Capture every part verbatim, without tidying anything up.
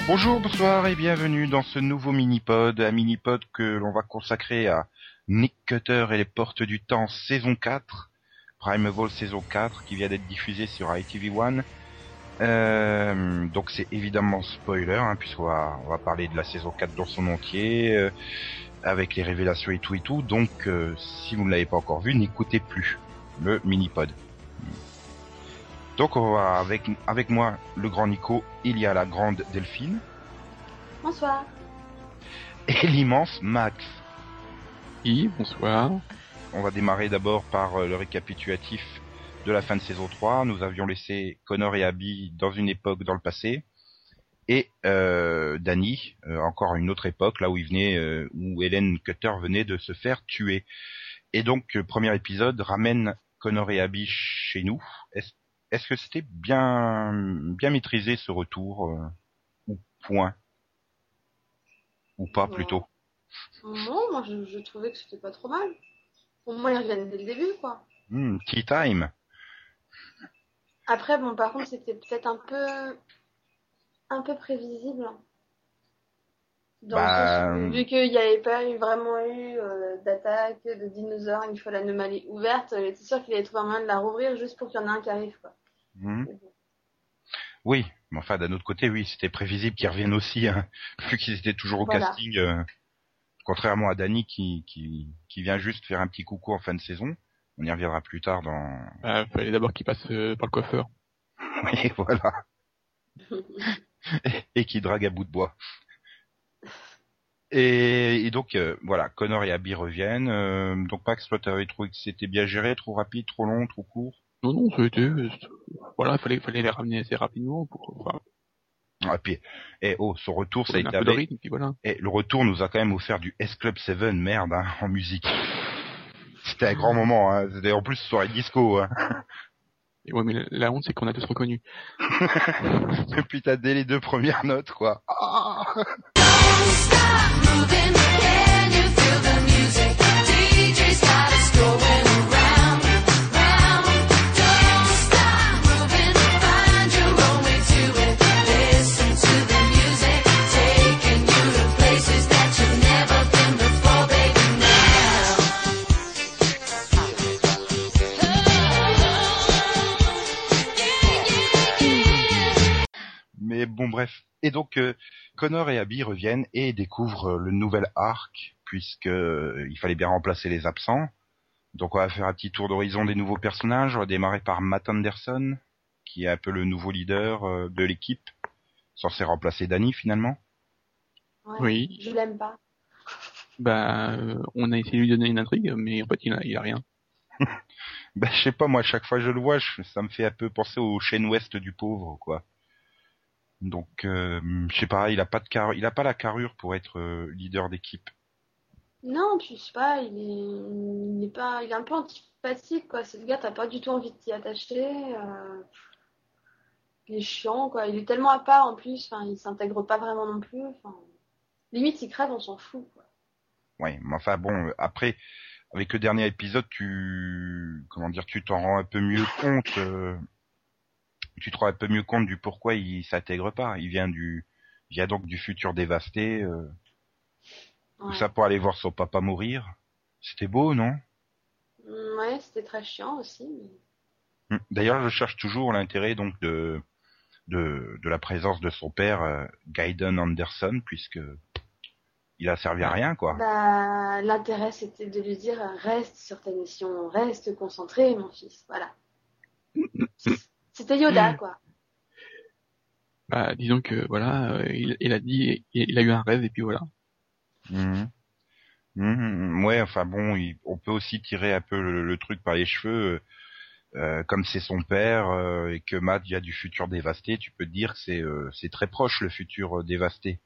Bonjour, bonsoir et bienvenue dans ce nouveau mini-pod, un mini-pod que l'on va consacrer à Nick Cutter et les Portes du Temps saison quatre, Primeval saison quatre, qui vient d'être diffusée sur I T V un. Euh, donc c'est évidemment spoiler, hein, puisqu'on va, on va parler de la saison quatre dans son entier, euh, avec les révélations et tout et tout, donc euh, si vous ne l'avez pas encore vu, n'écoutez plus le mini-pod. Donc on va avec, avec moi, le grand Nico, il y a la grande Delphine. Bonsoir. Et l'immense Max. Oui, bonsoir. On va démarrer d'abord par euh, le récapitulatif de la fin de saison trois. Nous avions laissé Connor et Abby dans une époque dans le passé. Et euh, Danny, euh, encore une autre époque, là où il venait, euh, où Helen Cutter venait de se faire tuer. Et donc, le premier épisode ramène Connor et Abby chez nous. Est-ce Est-ce que c'était bien bien maîtrisé ce retour euh, ou point ou pas Ouais. plutôt? Non, moi je, je trouvais que c'était pas trop mal. Au moins ils reviennent dès le début, quoi. Hmm, tea time. Après, bon, par contre, c'était peut-être un peu, un peu prévisible. Dans Bah, le sens où, vu qu'il n'y avait pas eu vraiment eu euh, d'attaque de dinosaures une fois l'anomalie ouverte, j'étais sûre qu'il allait trouver un moyen de la rouvrir juste pour qu'il y en ait un qui arrive, quoi. hmm. Mais bon. Oui, mais enfin d'un autre côté, oui, c'était prévisible qu'ils reviennent aussi, hein, vu qu'ils étaient toujours au Voilà. casting. Euh, contrairement à Danny qui, qui qui vient juste faire un petit coucou en fin de saison. On y reviendra plus tard dans. Euh, fallait d'abord qu'il passe euh, par le coiffeur. Oui, voilà. et, et qui drague à bout de bois. Et, et donc euh, voilà, Connor et Abby reviennent. Euh, donc Max, toi, t'avais trouvé que c'était bien géré, trop rapide, trop long, trop court. Non, non, c'était... euh, voilà, fallait, fallait les ramener assez rapidement pour... Enfin, Ah, puis, et oh, son retour, pour ça a donner été un peu de avec. rythme, puis voilà. Et le retour nous a quand même offert du S-Club sept, merde, hein, en musique. C'était un grand moment, hein. C'était en plus soirée disco, hein. Et ouais, mais la, la honte, c'est qu'on a tous reconnu. Et putain, dès les deux premières notes, quoi. Ah Mais bon, bref. Et donc, euh, Connor et Abby reviennent et découvrent euh, le nouvel arc, puisque euh, il fallait bien remplacer les absents. Donc, on va faire un petit tour d'horizon des nouveaux personnages. On va démarrer par Matt Anderson, qui est un peu le nouveau leader euh, de l'équipe, censé remplacer Danny finalement. Ouais, Oui. Je l'aime pas. Bah, euh, on a essayé de lui donner une intrigue, mais en fait, il a, il a rien. Ben, je sais pas, moi, chaque fois que je le vois, je- ça me fait un peu penser au Shane West du pauvre, quoi. Donc, euh, je sais pas, il a pas de car... il a pas la carrure pour être euh, leader d'équipe. Non, puis je sais pas, il est, il est pas, il est un peu antipathique, quoi. Ce gars, t'as pas du tout envie de t'y attacher. euh, Il est chiant, quoi. Il est tellement à part en plus. Enfin, il s'intègre pas vraiment non plus. Enfin, limite, il crève, on s'en fout, quoi. Ouais, mais enfin bon, euh, après, avec le dernier épisode, tu, comment dire, tu t'en rends un peu mieux compte. euh, Tu te rends un peu mieux compte du pourquoi il s'intègre pas. Il vient du, il vient donc du futur dévasté. Euh, Tout Ouais. ça pour aller voir son papa mourir. C'était beau, non? Mm, Ouais, c'était très chiant aussi. Mais... Hmm. D'ailleurs, je cherche toujours l'intérêt donc de de, de la présence de son père, euh, Gaiden Anderson, puisque il a servi à rien, quoi. Bah, l'intérêt, c'était de lui dire reste sur ta mission, reste concentré, mon fils. Voilà. C'était Yoda, quoi. Bah, disons que, voilà, euh, il, il a dit... Il, il a eu un rêve, et puis voilà. Mhm. Mhm. Ouais, enfin bon, il- on peut aussi tirer un peu le, le truc par les cheveux. Euh, comme c'est son père euh, et que Matt vient du futur dévasté, tu peux te dire que c'est euh, c'est très proche le futur euh, dévasté.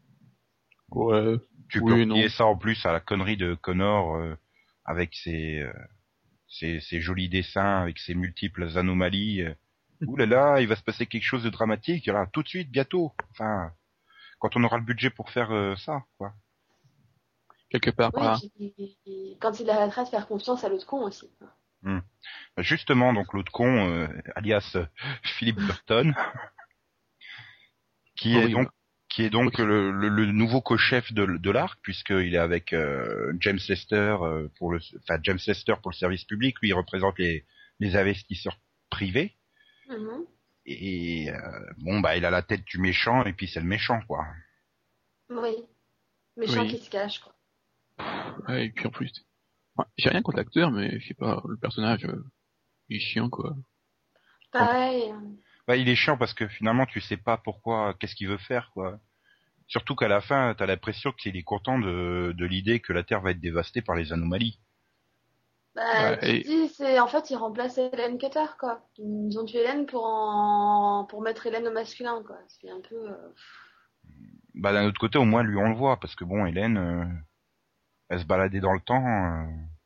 Ouais, Tu oui, peux non. relier ça en plus à la connerie de Connor euh, avec ses, euh, ses ses jolis dessins, avec ses multiples anomalies. Euh. Ouh là là, il va se passer quelque chose de dramatique là, tout de suite, bientôt. Enfin, quand on aura le budget pour faire euh, ça, quoi. Quelque part par là. Oui, puis quand il arrêtera de faire confiance à l'autre con aussi. Hmm. Justement, donc l'autre con, euh, alias euh, Philippe Burton, qui est Horrible. donc qui est donc le, le, le nouveau co-chef de, de l'arc, puisqu'il est avec euh, James Lester euh, pour le, enfin James Lester pour le service public. Lui, il représente les, les investisseurs privés. Mhm. Et euh, bon, bah, il a la tête du méchant, et puis c'est le méchant, quoi. Oui. Méchant Oui. qui se cache, quoi. Ouais, et puis en plus, ouais, j'ai rien contre l'acteur, mais je sais pas, le personnage, euh, il est chiant, quoi. Pareil. Bah, il est chiant parce que finalement, tu sais pas pourquoi, qu'est-ce qu'il veut faire, quoi. Surtout qu'à la fin, t'as l'impression qu'il est content de, de l'idée que la Terre va être dévastée par les anomalies. Bah, Ouais, tu te et, dis, c'est, en fait, ils remplacent Hélène Cutter, quoi. Ils ont tué Hélène pour en, pour mettre Hélène au masculin, quoi. C'est un peu, euh, Bah, d'un autre côté, au moins, lui, on le voit, parce que bon, Hélène, euh, elle se baladait dans le temps. euh,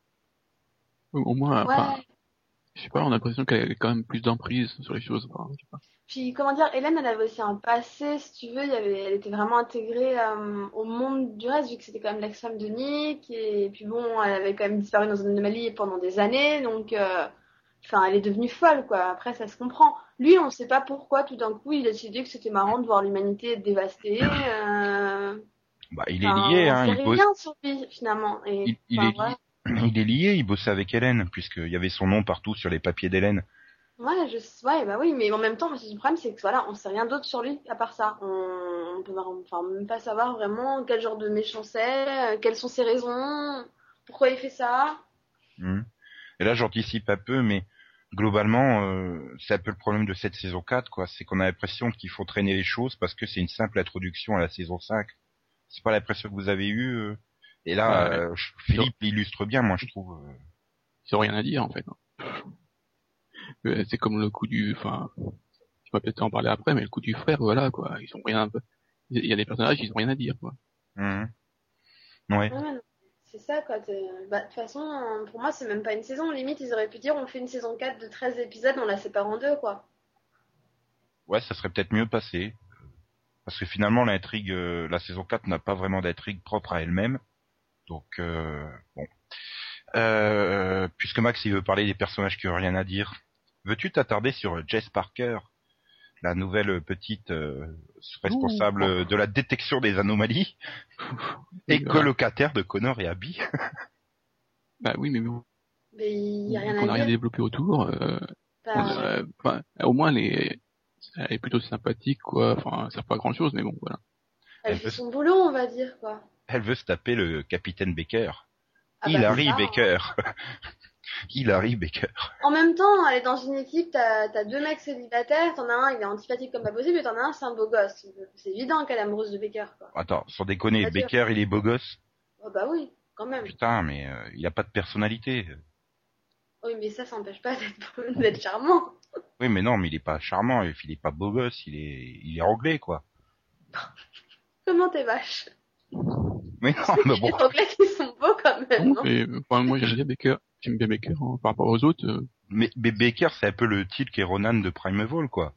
au au moins, enfin, ouais, je sais pas, ouais. on a l'impression qu'elle a quand même plus d'emprise sur les choses, enfin, je sais pas. Puis, comment dire, Hélène, elle avait aussi un passé, si tu veux, il y avait, elle était vraiment intégrée euh, au monde du reste, vu que c'était quand même l'ex-femme de Nick, et, puis bon, elle avait quand même disparu dans une anomalie pendant des années, donc, euh, enfin, elle est devenue folle, quoi. Après, ça se comprend. Lui, on sait pas pourquoi, tout d'un coup, il a décidé que c'était marrant de voir l'humanité être dévastée. Euh... Bah, il est Enfin, lié, on hein, sait il bosse, rien sur lui, finalement. Et, il, il enfin, est lié, voilà. il est lié, il bossait avec Hélène, puisqu'il y avait son nom partout sur les papiers d'Hélène. Ouais, je... ouais, bah oui, mais en même temps, moi, le problème, c'est que voilà, on sait rien d'autre sur lui à part ça. On, on peut enfin, même pas savoir vraiment quel genre de méchant c'est, euh, quelles sont ses raisons, pourquoi il fait ça. Hmm. Et là, j'anticipe un peu, mais globalement, euh, c'est un peu le problème de cette saison quatre, quoi. C'est qu'on a l'impression qu'il faut traîner les choses parce que c'est une simple introduction à la saison cinq. C'est pas l'impression que vous avez eue. euh. Et là, Bah, euh, je- ils ont, Philippe l'illustre bien, moi, je trouve. euh. ils ont rien à dire, en fait. Euh, C'est comme le coup du, enfin, tu vas peut-être en parler après, mais le coup du frère, voilà, quoi. Ils ont rien, il y a des personnages, ils ont rien à dire, quoi. Mhm. Ouais. Ouais, ouais, non. C'est ça, quoi. t'es- Bah, de toute façon, euh, pour moi, c'est même pas une saison. Limite, ils auraient pu dire on fait une saison quatre de treize épisodes, on la sépare en deux, quoi. Ouais, ça serait peut-être mieux passé. Parce que finalement, l'intrigue, euh, la saison quatre n'a pas vraiment d'intrigue propre à elle-même. Donc, euh, bon. Euh, puisque Max, il veut parler des personnages qui ont rien à dire, veux-tu t'attarder sur Jess Parker, la nouvelle petite euh, Ouh. responsable de la détection des anomalies Oui, et voilà. colocataire de Connor et Abby? Bah oui, mais bon, Mais il y a vu rien qu'on à n'a rien dire. développé autour, euh, on Bah, a, enfin, au moins, les, elle est plutôt sympathique, quoi. Enfin, ça sert pas à grand chose, mais bon, voilà. elle Elle fait veut, son boulot, on va dire, quoi. elle veut se taper le capitaine Baker. Ah bah c'est Hilary ça. Baker. Hilary Baker. En même temps, elle est dans une équipe, t'as t'as deux mecs célibataires, t'en as un, il est antipathique comme pas possible, et t'en as un, c'est un beau gosse. C'est évident qu'elle est amoureuse de Baker, quoi. Attends, sans déconner, Pas dur. Baker, il est beau gosse. Oh bah oui, quand même. Putain, mais euh, il a pas de personnalité. Oui, mais ça, ça n'empêche pas d'être d'être charmant. Oui, mais non, mais il est pas charmant, il est pas beau gosse, il est, il est anglais, quoi. Comment t'es vache? Mais non, mais bon. Les Anglais qui sont beaux quand même, Non, non? mais, enfin, moi, j'aime bien Baker. J'aime bien Baker, hein, par rapport aux autres. euh, Mais, mais Baker, c'est un peu le titre qu'est Ronan de Primeval, quoi.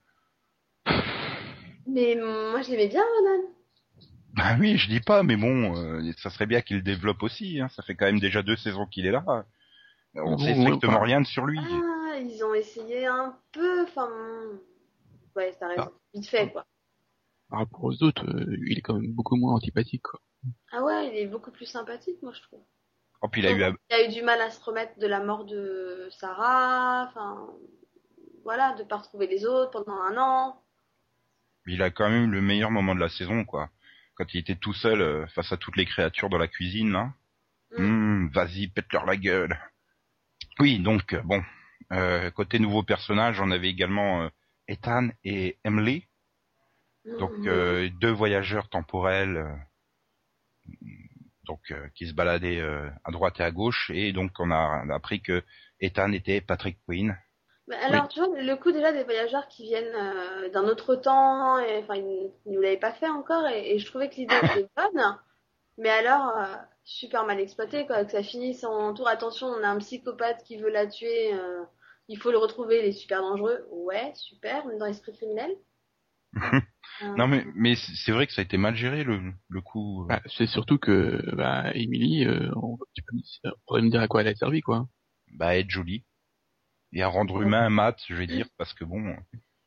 Mais moi, je l'aimais bien, Ronan. Bah oui, je dis pas, mais bon, euh, ça serait bien qu'il le développe aussi, hein. Ça fait quand même déjà deux saisons qu'il est là. On sait bon, ouais, strictement enfin, rien sur lui. Ah, ils ont essayé un peu, enfin... Ouais, t'as par, raison. Vite fait, quoi. par rapport aux autres, euh, il est quand même beaucoup moins antipathique, quoi. Ah ouais, il est beaucoup plus sympathique, moi, je trouve. Oh, puis il a Donc, eu, un- il a eu du mal à se remettre de la mort de Sarah, enfin... Voilà, de pas retrouver les autres pendant un an. il a quand même eu le meilleur moment de la saison, quoi. Quand il était tout seul euh, face à toutes les créatures dans la cuisine, là. Mm. Hum, vas-y, pète-leur la gueule. Oui, donc, euh, bon. Euh, côté nouveau personnage, on avait également euh, Ethan et Emily. Donc, Mhm. euh, deux voyageurs temporels euh, donc euh, qui se baladaient euh, à droite et à gauche. Et donc, on a, on a appris que Ethan était Patrick Quinn. Mais Oui. alors, tu vois, le coup déjà des voyageurs qui viennent euh, d'un autre temps, et, enfin, ils ne nous l'avaient pas fait encore, et, et je trouvais que l'idée était bonne, mais alors, euh, super mal exploité, quoi, que ça finisse en tour, attention, on a un psychopathe qui veut la tuer, euh, il faut le retrouver, il est super dangereux. Ouais, super, on est dans l'esprit criminel. Non, mais, Euh, mais c'est vrai que ça a été mal géré, le, le coup. Bah, c'est surtout que, bah, Emily, euh, on, tu peux, on pourrait me dire à quoi elle a servi, quoi. Bah, être jolie. Et à rendre humain Matt, je vais dire, parce que bon...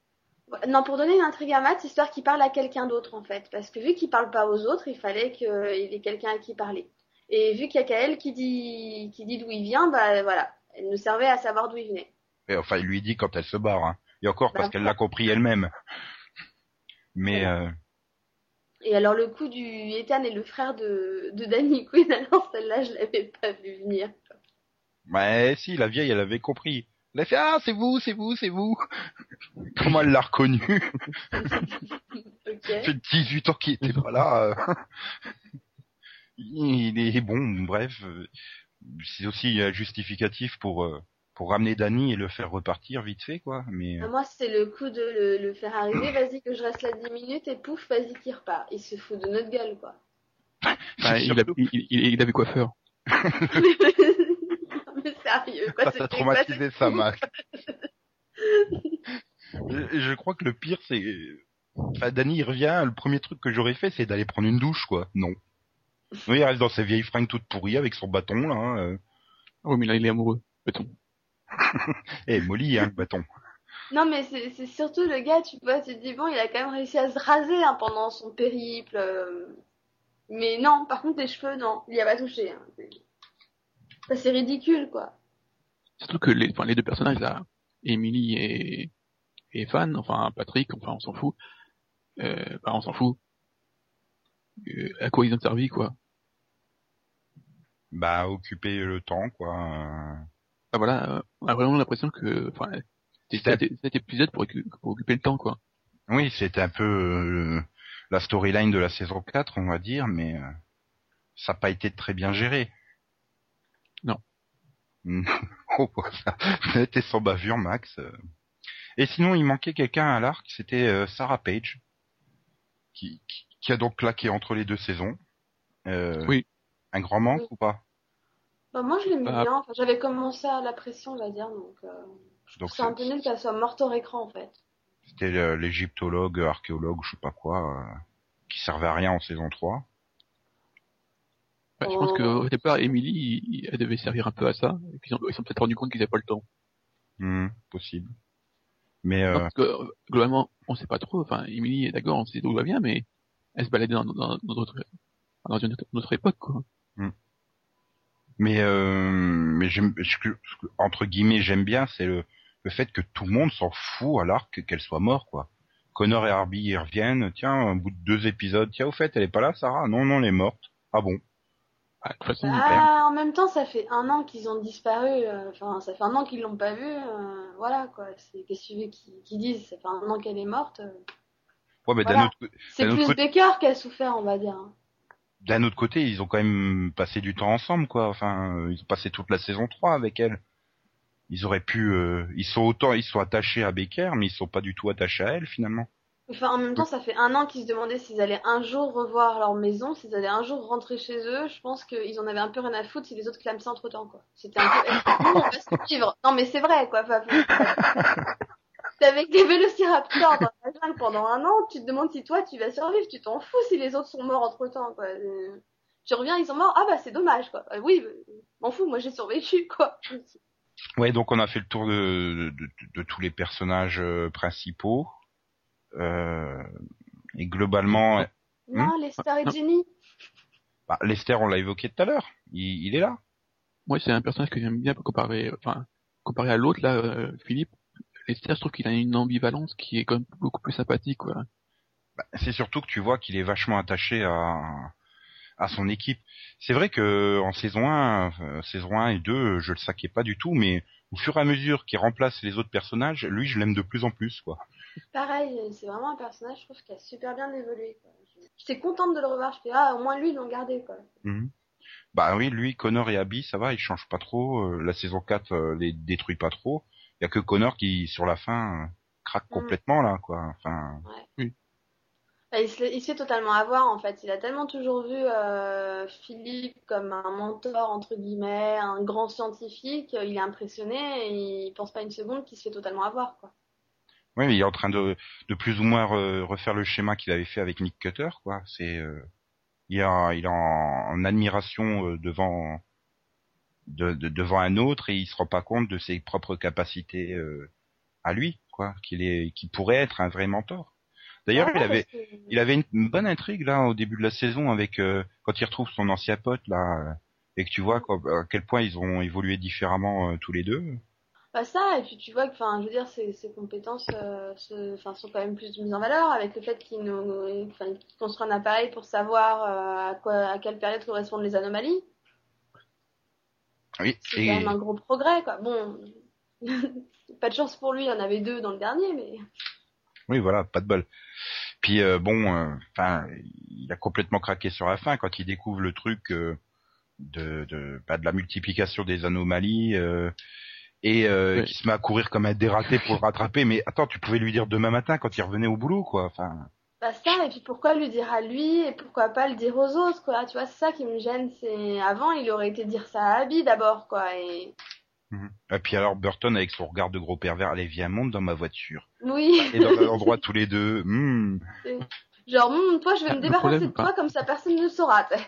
Non, pour donner une intrigue à Matt, histoire qu'il parle à quelqu'un d'autre en fait. Parce que vu qu'il parle pas aux autres, il fallait qu'il ait quelqu'un à qui parler. Et vu qu'il y a qu'elle qui dit, qui dit d'où il vient, bah voilà. Elle nous servait à savoir d'où il venait. Et enfin, il lui dit quand elle se barre, hein. Et encore Bah, parce qu'elle voilà. l'a compris elle-même. Mais Voilà. euh, Et alors le coup du Ethan et le frère de, de Danny Quinn, alors celle-là, je l'avais pas vu venir. ouais, si, la vieille, elle avait compris. Elle a fait ah, c'est vous, c'est vous, c'est vous. Comment elle l'a reconnu? Ok. Ça fait dix-huit ans qu'il était pas là. euh. Il est bon, bref. euh, C'est aussi euh, justificatif pour euh, pour ramener Danny et le faire repartir vite fait, quoi. Mais Ah, euh, moi, c'est le coup de le, le faire arriver, vas-y que je reste là dix minutes et pouf, vas-y qu'il repart. Il se fout de notre gueule, quoi. Bah, c'est il, a, surtout il, il, il avait quoi faire. Non, mais sérieux, quoi, ça t'a c'était quoi traumatisé cette ça, con. Max. je, je crois que le pire, c'est... Enfin, Danny, il revient, le premier truc que j'aurais fait, c'est d'aller prendre une douche, quoi. Non. Oui, il reste dans ses vieilles fringues toutes pourries avec son bâton, là. Hein. euh. Ah oui, mais là, il est amoureux. Béton. Eh, Molly, hein, le bâton. Non, mais c'est c'est surtout le gars, tu vois, tu te dis, bon, il a quand même réussi à se raser hein, pendant son périple. euh, Mais non, par contre, les cheveux, non, il y a pas touché. Hein. C'est- Ça, c'est ridicule, quoi. Surtout que les, enfin, les deux personnages, là, Emily et, et Fan, enfin, Patrick, enfin, on s'en fout. Euh, bah, on s'en fout. Euh, à quoi ils ont servi, quoi. Bah, occuper le temps, quoi. euh. Ah, voilà, euh, on a vraiment l'impression que, enfin, c'est C'était... cet, cet épisode pour, occu- pour occuper le temps, quoi. Oui, c'était un peu euh, la storyline de la saison quatre, on va dire, mais euh, ça n'a pas été très bien géré. Non. Oh, ça a été sans bavure, Max. Et sinon, il manquait quelqu'un à l'arc, c'était euh, Sarah Page, qui, qui, qui a donc claqué entre les deux saisons. Euh, Oui. Un grand manque Oui. ou pas? Bah, moi, je l'aimais Bah, bien. Enfin, j'avais commencé à l'apprécier, on va dire. Donc, euh, je trouve Donc ça un peu nul qu'elle soit morte au écran, en fait. c'était le- l'égyptologue, archéologue, je sais pas quoi, euh, qui servait à rien en saison trois. bah, je pense que Oh. au départ, Emily, il- elle devait servir un peu à ça. Et puis ils ont, ils sont peut-être rendu compte qu'ils avaient pas le temps. Hmm, possible. Mais Non, euh, parce que euh, globalement, on sait pas trop. Enfin, Emily, d'accord, on sait d'où elle vient, mais elle se baladait dans, dans, dans, notre, dans une autre, notre époque, quoi. hmm. mais euh, mais j'aime, ce que- ce que, entre guillemets, j'aime bien, c'est le le fait que tout le monde s'en fout à l'arc qu'elle soit morte, quoi. Connor et Harby ils reviennent, tiens, au bout de deux épisodes, tiens, au fait, elle est pas là, Sarah? Non, non, elle est morte. Ah bon? Ah, de toute façon, Ah, en même temps, ça fait un an qu'ils ont disparu. euh, Enfin, ça fait un an qu'ils l'ont pas vue. euh, voilà, quoi. C'est qu'est-ce que tu veux qu'ils qu'ils disent? Ça fait un an qu'elle est morte. euh, Ouais, mais d'un Voilà. autre, C'est d'un autre plus côté, Baker qui a souffert, on va dire. hein. d'un autre côté, ils ont quand même passé du temps ensemble, quoi. Enfin, euh, ils ont passé toute la saison trois avec elle. Ils auraient pu, euh, ils sont autant, ils sont attachés à Baker, mais ils sont pas du tout attachés à elle, finalement. Enfin, en même temps, ça fait un an qu'ils se demandaient s'ils allaient un jour revoir leur maison, s'ils allaient un jour rentrer chez eux. Je pense qu'ils en avaient un peu rien à foutre si les autres clament ça entre temps, quoi. C'était un peu, eh, nous, on va survivre. Non, mais c'est vrai, quoi. Enfin, t'es avec des vélociraptors dans la jungle pendant un an, tu te demandes si toi, tu vas survivre. Tu t'en fous si les autres sont morts entre temps, quoi. Euh, Tu reviens, ils sont morts. Ah, bah, c'est dommage, quoi. Euh, oui, euh, m'en fous, moi, j'ai survécu, quoi. Ouais, donc on a fait le tour de, de, de, de tous les personnages euh, principaux. Euh, et globalement, hmm Non, Lester et non, Jenny. bah, Lester, on l'a évoqué tout à l'heure. Il, il est là. moi, c'est un personnage que j'aime bien comparé, enfin, comparé à l'autre, là, euh, Philippe. Lester, je trouve qu'il a une ambivalence qui est quand même beaucoup plus sympathique, quoi. Bah, c'est surtout que tu vois qu'il est vachement attaché à, à son équipe. C'est vrai que en saison un, euh, saison un et deux, je le saquais pas du tout, mais au fur et à mesure qu'il remplace les autres personnages, lui, je l'aime de plus en plus, quoi. Pareil, c'est vraiment un personnage, je trouve, qui a super bien évolué, quoi. J'étais contente de le revoir. Je fais, ah, au moins lui, ils l'ont gardé, quoi. Mhm. Bah oui, lui, Connor et Abby, ça va, ils changent pas trop. euh, la saison quatre euh, les détruit pas trop. Il y a que Connor qui, sur la fin, euh, craque Mm, complètement là, quoi. Enfin, ouais. Oui. Bah, il se, il se fait totalement avoir, en fait. Il a tellement toujours vu euh, Philippe comme un mentor, entre guillemets, un grand scientifique. Il est impressionné et il pense pas une seconde qu'il se fait totalement avoir, quoi. oui, mais il est en train de, de plus ou moins re- refaire le schéma qu'il avait fait avec Nick Cutter, quoi. C'est, euh, il a, il est en, en admiration euh, devant, de, de- devant un autre et il se rend pas compte de ses propres capacités euh, à lui, quoi, qu'il est, qui pourrait être un vrai mentor. D'ailleurs, Ah, il avait, parce que- il avait une, une bonne intrigue là au début de la saison avec euh, quand il retrouve son ancien pote là, euh, et que tu vois quoi, à quel point ils ont évolué différemment euh, tous les deux. Pas ça, et puis tu vois que, enfin, je veux dire, ses, ses compétences euh, se- enfin, sont quand même plus mises en valeur avec le fait qu'il nous, enfin, qu'il construit un appareil pour savoir euh, à quoi, à quelle période correspondent les anomalies. Oui, C'est quand même et un gros progrès, quoi. Bon, pas de chance pour lui, il y en avait deux dans le dernier, mais oui, voilà, pas de bol. Puis euh, bon, enfin, il a complètement craqué sur la fin quand il découvre le truc euh, de de, bah, de la multiplication des anomalies euh, et euh, Ouais. qui se met à courir comme un dératé pour le rattraper. Mais attends, tu pouvais lui dire demain matin quand il revenait au boulot, quoi. Enfin, pas ça, et puis pourquoi lui dire à lui, et pourquoi pas le dire aux autres, quoi. Tu vois, c'est ça qui me gêne, c'est avant, il aurait été dire ça à Abby d'abord, quoi, et mhm. Et puis alors Burton avec son regard de gros pervers, allez viens monte dans ma voiture. oui. Et dans un endroit tous les deux. hmm. C'est- Genre, Hum, toi, je vais Ah, me le débarrasser problème, de enfin, toi comme ça personne ne le saura, t'sais.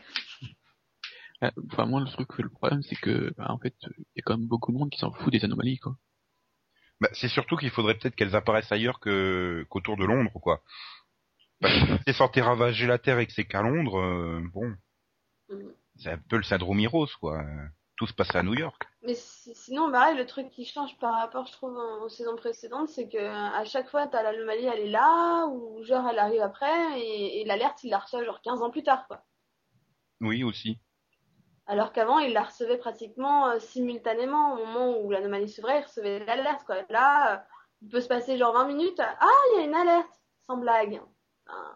ah, enfin, moi, le truc, le problème, c'est que, bah, en fait, il y a quand même beaucoup de monde qui s'en fout des anomalies, quoi. Bah, c'est surtout qu'il faudrait peut-être qu'elles apparaissent ailleurs que qu'autour de Londres, quoi. Parce que si c'est censé ravager la Terre et que c'est qu'à Londres, euh, bon, Mm. c'est un peu le syndrome Heroes, quoi. Tout se passe à New York. Mais si- sinon, pareil, le truc qui change par rapport, je trouve, en- aux saisons précédentes, c'est que à chaque fois, t'as l'anomalie, elle est là, ou genre, elle arrive après, et, et l'alerte, il la reçoit genre quinze ans plus tard, quoi. Oui, aussi. Alors qu'avant, il la recevait pratiquement euh, simultanément, au moment où l'anomalie s'ouvrait, il recevait l'alerte, quoi. Là, euh, il peut se passer genre vingt minutes, ah, il y a une alerte, sans blague. Ah.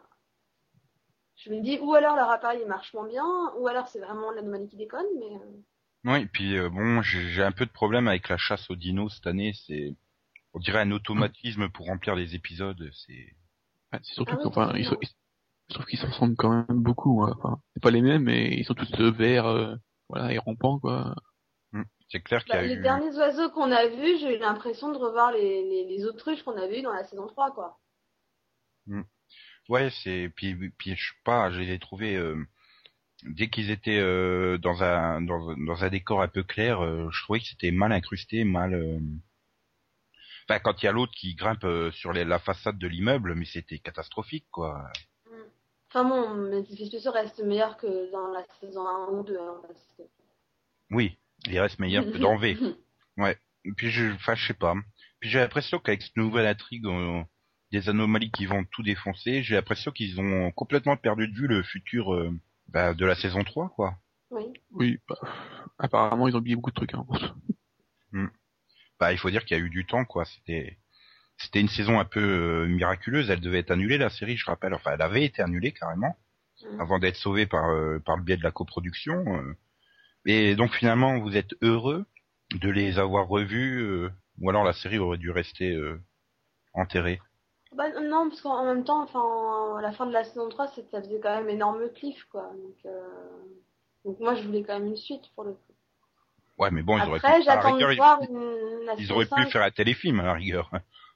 Je me dis, ou alors leur appareil il marche moins bien, ou alors c'est vraiment l'anomalie qui déconne, mais... euh, Oui, et puis euh, bon, j'ai j'ai un peu de problème avec la chasse aux dinos cette année. C'est, on dirait un automatisme pour remplir les épisodes. C'est, Ah, c'est Ah surtout oui, qu'enfin, ils, sont- totalement. ils- je trouve qu'ils se ressemblent quand même beaucoup, hein. Enfin, c'est pas les mêmes, mais ils sont tous euh, verts, euh, voilà, et rampants, quoi. Hmm. C'est clair qu'il y Bah, a les eu. derniers oiseaux qu'on a vus, j'ai eu l'impression de revoir les, les, les autruches qu'on avait vus dans la saison trois, quoi. Hmm. Ouais, c'est puis puis je sais pas, je les ai trouvés euh, dès qu'ils étaient euh, dans un dans, dans un décor un peu clair, euh, je trouvais que c'était mal incrusté, mal. euh, Enfin, quand il y a l'autre qui grimpe euh, sur les- la façade de l'immeuble, mais c'était catastrophique, quoi. Mm. Enfin bon, mes effets spéciaux restent meilleurs que dans la saison un ou deux, hein, parce que... Oui, il reste meilleur que dans V. Ouais. Et puis je, enfin, je sais pas. Puis j'ai l'impression qu'avec cette nouvelle intrigue euh, des anomalies qui vont tout défoncer, j'ai l'impression qu'ils ont complètement perdu de vue le futur euh, bah, de la saison trois, quoi. Oui. Oui, bah, apparemment, ils ont oublié beaucoup de trucs, hein. Hmm. Bah, il faut dire qu'il y a eu du temps, quoi. C'était, c'était une saison un peu euh, miraculeuse. Elle devait être annulée, la série, je rappelle. Enfin, elle avait été annulée carrément Mm. avant d'être sauvée par euh, par le biais de la coproduction. euh. Et donc finalement, vous êtes heureux de les avoir revus, euh, ou alors la série aurait dû rester euh, enterrée. Bah non, parce qu'en en même temps, enfin, à la fin de la saison trois, c'est- ça faisait quand même énorme cliff, quoi. Donc, euh... Donc moi, je voulais quand même une suite, pour le coup. Ouais, mais bon, ils auraient pu, Après, à la j'attends de rigueur, ils, voir une... la ils saison auraient pu cinq. faire un téléfilm à la rigueur.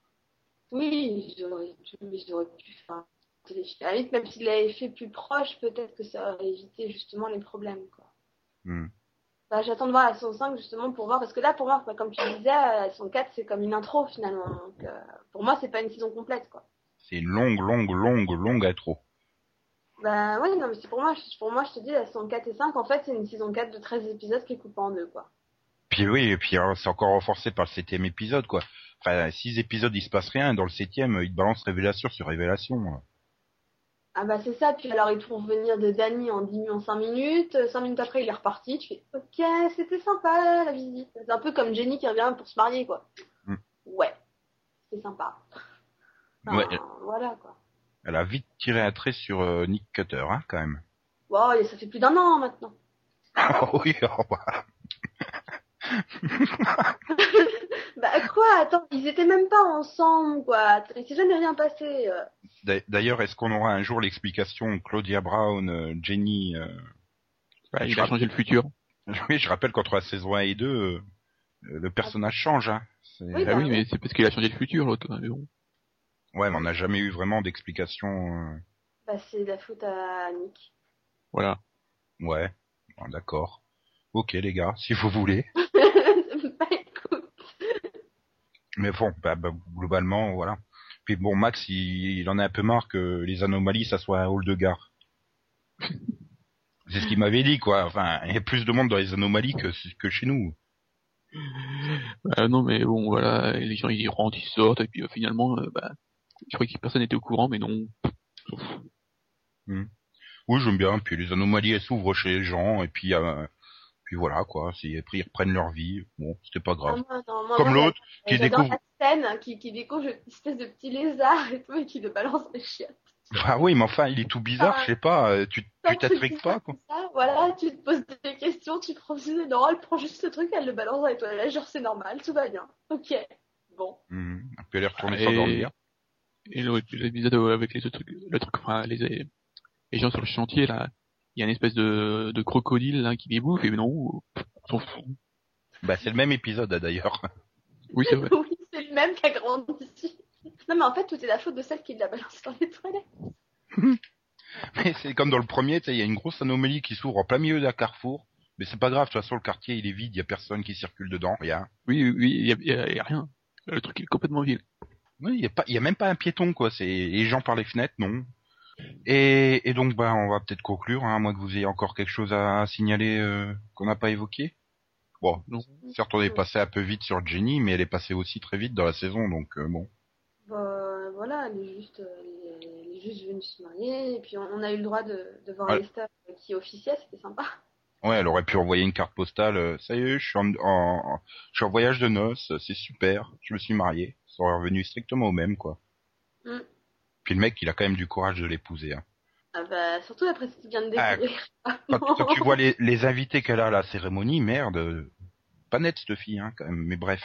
Oui, ils auraient pu, ils auraient pu faire un téléfilm. À la limite, même s'il l'avait fait plus proche, peut-être que ça aurait évité justement les problèmes, quoi. Hmm. Bah, j'attends de voir la saison cinq justement pour voir, parce que là, pour moi, bah, comme tu disais, la saison quatre, c'est comme une intro finalement. Donc, euh, pour moi, c'est pas une saison complète, quoi. C'est une longue, longue, longue, longue intro. Bah ouais, non, mais c'est pour moi, je- pour moi, je te dis, la saison quatre et cinq, en fait, c'est une saison quatre de treize épisodes qui est coupée en deux, quoi. Puis oui, et puis alors, c'est encore renforcé par le septième épisode, quoi. Enfin, six épisodes, il se passe rien. Dans le septième, il te balance révélation sur révélation. Ah bah c'est ça, puis alors ils te font revenir de Danny en dix en cinq minutes, euh, cinq minutes après il est reparti, tu fais ok, c'était sympa la visite. C'est un peu comme Jenny qui revient pour se marier, quoi. Hmm. Ouais, c'est sympa. Enfin, Ouais, voilà, quoi. elle a vite tiré un trait sur euh, Nick Cutter, hein, quand même. Bon, et ça fait plus d'un an maintenant. Ah oui, oh, bah. Bah quoi, attends, ils étaient même pas ensemble, quoi. Il s'est jamais rien passé. euh. D'a- D'ailleurs, est-ce qu'on aura un jour l'explication Claudia Brown, euh, Jenny euh... Bah, je il a rapp- changé le futur. Oui, je rappelle qu'entre la saison un et deux, euh, le personnage change, hein. C'est- Oui, Ah bah oui, mais c'est parce qu'il a changé le futur, l'autre, hein, mais bon. Ouais, mais on n'a jamais eu vraiment d'explication. euh, Bah c'est la faute à Nick. Voilà. Ouais, bon, d'accord. Ok, les gars, si vous voulez. Bah écoute. Mais bon, bah, bah, globalement, voilà. Puis bon, Max, il, il en a un peu marre que les anomalies, ça soit un hall de gare. C'est ce qu'il m'avait dit, quoi. Enfin, il y a plus de monde dans les anomalies que, que chez nous. Bah, non, mais bon, voilà, les gens ils rentrent, ils sortent, et puis euh, finalement, euh, bah, je croyais que personne n'était au courant, mais non. Hmm. Oui, j'aime bien. Puis les anomalies, elles s'ouvrent chez les gens, et puis, euh, puis voilà, quoi. C'est, après, ils reprennent leur vie. Bon, c'était pas Ah, grave. moi, non, moi, Comme moi, j'a- l'autre, qui j'adore découvre... la scène qui, qui découvre une espèce de petit lézard et tout, et qui le balance des chiottes. Bah oui, mais enfin, il est tout bizarre, je Enfin, sais pas. euh, Tu, c'est un tu truc t'intrigues pas, bizarre quoi. comme ça, voilà, tu te poses des questions, tu prends non, elle prend juste le truc, elle le balance dans les toilettes, genre c'est normal, tout va bien. Ok, bon. Hmm. Puis elle est retournée Et, s'endormir. et l'autre- l'épisode avec les autres trucs, le truc, enfin, les, les gens sur le chantier, là, il y a une espèce de, de crocodile, là, qui les bouffe, et non, on s'en fout. Bah c'est le même épisode, hein, d'ailleurs. Oui, c'est vrai. Oui, c'est le même qui a grandi. Non, mais en fait, tout est la faute de celle qui la balance dans les toilettes. Mais c'est comme dans le premier, tu sais, il y a une grosse anomalie qui s'ouvre en plein milieu d'un carrefour. Mais c'est pas grave, de toute façon, le quartier, il est vide, il y a personne qui circule dedans, rien. Oui, oui, oui, il y a, il y a- il y a rien. Le truc est complètement vide. Oui, il y a pas, il y a même pas un piéton, quoi. C'est les gens par les fenêtres, non. Et, et donc, bah, on va peut-être conclure, hein, à moins que vous ayez encore quelque chose à, à signaler euh, qu'on n'a pas évoqué. Bon, Non. certes, on est passé un peu vite sur Jenny, mais elle est passée aussi très vite dans la saison, donc euh, bon. Bah, voilà, elle est juste, euh, elle est, elle est juste venue se marier, et puis on, on a eu le droit de, de voir Ouais, Lester euh, qui officiait, c'était sympa. ouais, elle aurait pu envoyer une carte postale. euh, Ça y est, je suis en, en, en- je suis en voyage de noces, c'est super, je me suis marié. Ça aurait revenu strictement au même, quoi. Mm. Puis le mec, il a quand même du courage de l'épouser. Hein. Ah bah, surtout après ce qu'il vient de Ah, découvrir. quand, quand tu vois les, les invités qu'elle a à la cérémonie, merde, euh, pas nette cette fille, hein, quand même. Mais bref.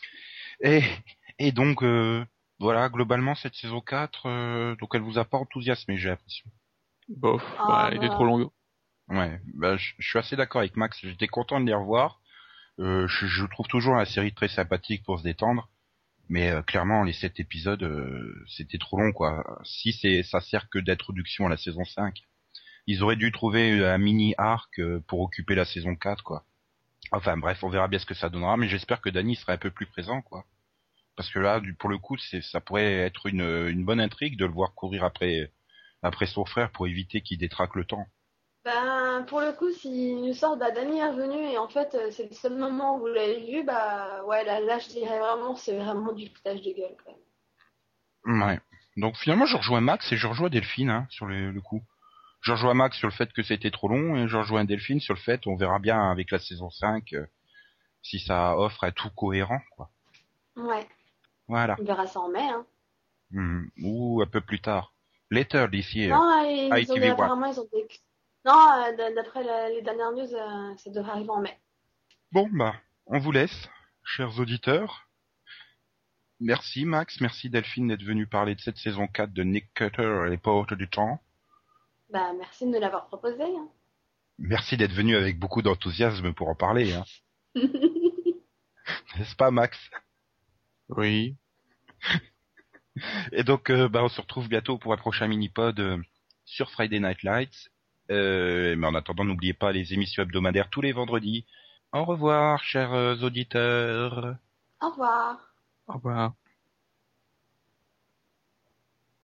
Et, et donc, euh, voilà, globalement, cette saison quatre, euh, donc elle vous a pas enthousiasmé, j'ai l'impression. Bof, bah, Ah elle était trop bah, longue. Ouais, bah, je je suis assez d'accord avec Max. J'étais content de les revoir. Euh, je, je trouve toujours la série très sympathique pour se détendre. Mais euh, clairement, les sept épisodes, euh, c'était trop long, quoi. Si c'est, ça sert que d'introduction à la saison cinq, ils auraient dû trouver un mini arc euh, pour occuper la saison quatre, quoi. Enfin bref, on verra bien ce que ça donnera, mais j'espère que Danny sera un peu plus présent, quoi. Parce que là, du, pour le coup, c'est, ça pourrait être une, une bonne intrigue de le voir courir après, après son frère pour éviter qu'il détraque le temps. ben, pour le coup, s'il nous sort, bah, Dany est revenu, et en fait, euh, c'est le seul moment où vous l'avez vu, bah, ouais, là, là, je dirais vraiment, c'est vraiment du foutage de gueule, quand même. Ouais. Donc finalement, je rejoins Max et je rejoins Delphine, hein, sur le, le coup. Je rejoins Max sur le fait que c'était trop long et je rejoins Delphine sur le fait, on verra bien avec la saison cinq, euh, si ça offre un tout cohérent, quoi. Ouais, Voilà. on verra ça en mai, hein. Hmm. Ou un peu plus tard. Later this year. Non, ils ont des, I T V one. apparemment, ils ont des... Non, euh, d- d'après la- les dernières news, euh, ça devrait arriver en mai. Bon, bah, on vous laisse, chers auditeurs. Merci Max, merci Delphine d'être venu parler de cette saison quatre de Nick Cutter et les Portes du Temps. Bah, merci de nous l'avoir proposé, hein. Merci d'être venu avec beaucoup d'enthousiasme pour en parler, hein. N'est-ce pas Max? Oui. Et donc, euh, bah, on se retrouve bientôt pour un prochain mini-pod euh, sur Friday Night Lights. Euh, mais en attendant, n'oubliez pas les émissions hebdomadaires tous les vendredis. Au revoir, chers euh, auditeurs. Au revoir. Au revoir.